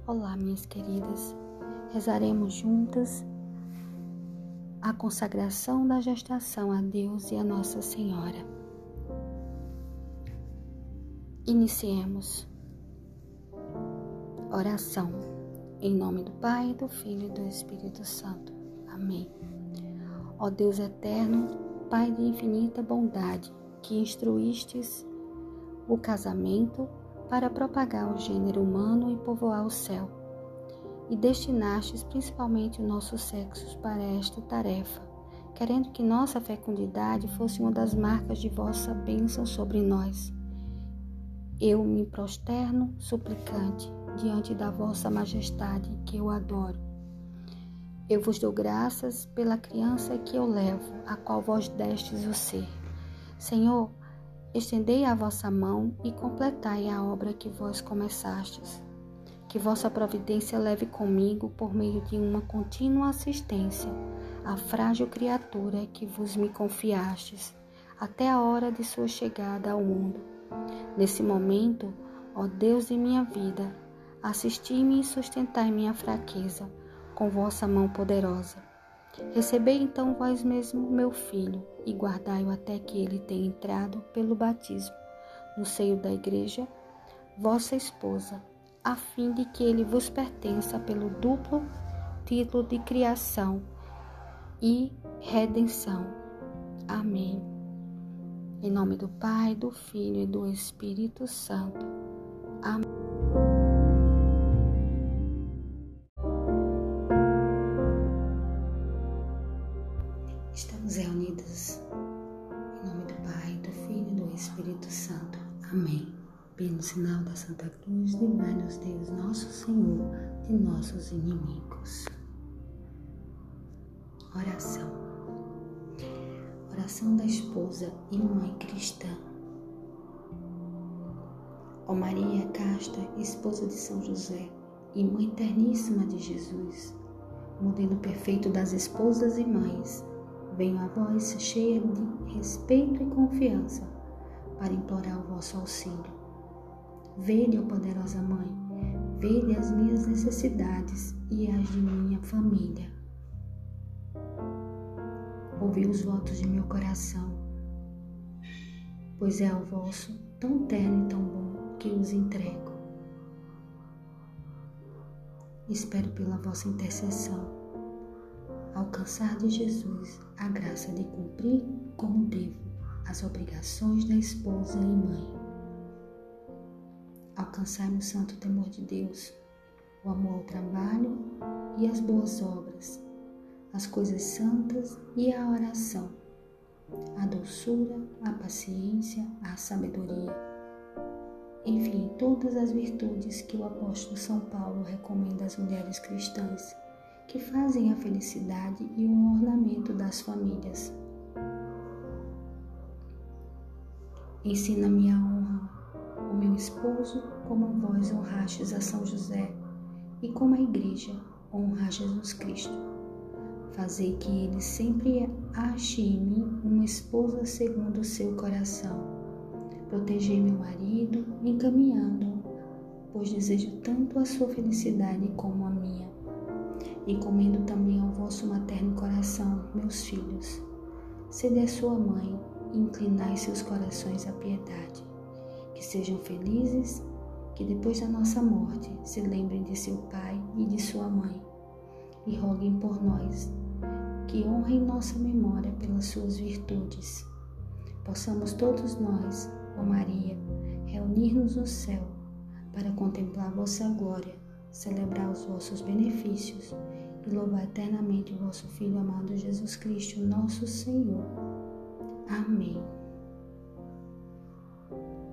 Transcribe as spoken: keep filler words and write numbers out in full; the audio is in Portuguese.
Olá, minhas queridas. Rezaremos juntas a consagração da gestação a Deus e a Nossa Senhora. Iniciemos. Oração. Em nome do Pai, do Filho e do Espírito Santo. Amém. Ó Deus eterno, Pai de infinita bondade, que instruístes o casamento para propagar o gênero humano e povoar o céu, e destinastes principalmente os nossos sexos para esta tarefa, querendo que nossa fecundidade fosse uma das marcas de vossa bênção sobre nós. Eu me prosterno suplicante diante da vossa majestade, que eu adoro. Eu vos dou graças pela criança que eu levo, a qual vós destes o ser. Senhor, estendei a vossa mão e completai a obra que vós começastes. Que vossa providência leve comigo, por meio de uma contínua assistência, a frágil criatura que vos me confiastes, até a hora de sua chegada ao mundo. Nesse momento, ó Deus de minha vida, assisti-me e sustentai minha fraqueza com vossa mão poderosa. Recebei então vós mesmo meu filho e guardai-o até que ele tenha entrado pelo batismo no seio da igreja, vossa esposa, a fim de que ele vos pertença pelo duplo título de criação e redenção. Amém. Em nome do Pai, do Filho e do Espírito Santo. Amém. Estamos reunidos em nome do Pai, do Filho e do Espírito Santo. Amém. Pelo sinal da Santa Cruz, livrai-nos Deus nosso Senhor de nossos inimigos. Oração. Oração da esposa e mãe cristã. Ó Maria casta, esposa de São José e mãe terníssima de Jesus, modelo perfeito das esposas e mães, venho a vós cheia de respeito e confiança para implorar o vosso auxílio. Vede, ó poderosa Mãe, vede as minhas necessidades e as de minha família. Ouvi os votos de meu coração, pois é ao vosso tão terno e tão bom que os entrego. Espero pela vossa intercessão alcançar de Jesus a graça de cumprir como devo as obrigações da esposa e mãe. Alcançai-me o santo temor de Deus, o amor ao trabalho e as boas obras, as coisas santas e a oração, a doçura, a paciência, a sabedoria. Enfim, todas as virtudes que o apóstolo São Paulo recomenda às mulheres cristãs, que fazem a felicidade e o ornamento das famílias. Ensina-me a honra o meu esposo, como vós honrastes a São José, e como a Igreja honra a Jesus Cristo. Fazei que ele sempre ache em mim uma esposa segundo o seu coração. Protegei meu marido, encaminhando-o, pois desejo tanto a sua felicidade como a minha. Encomendo também ao vosso materno coração, meus filhos. Sede a sua mãe, e inclinai seus corações à piedade. Que sejam felizes, que depois da nossa morte se lembrem de seu pai e de sua mãe, e roguem por nós, que honrem nossa memória pelas suas virtudes. Possamos todos nós, ó Maria, reunir-nos no céu para contemplar vossa glória, celebrar os vossos benefícios e louvar eternamente o vosso Filho amado Jesus Cristo, nosso Senhor. Amém.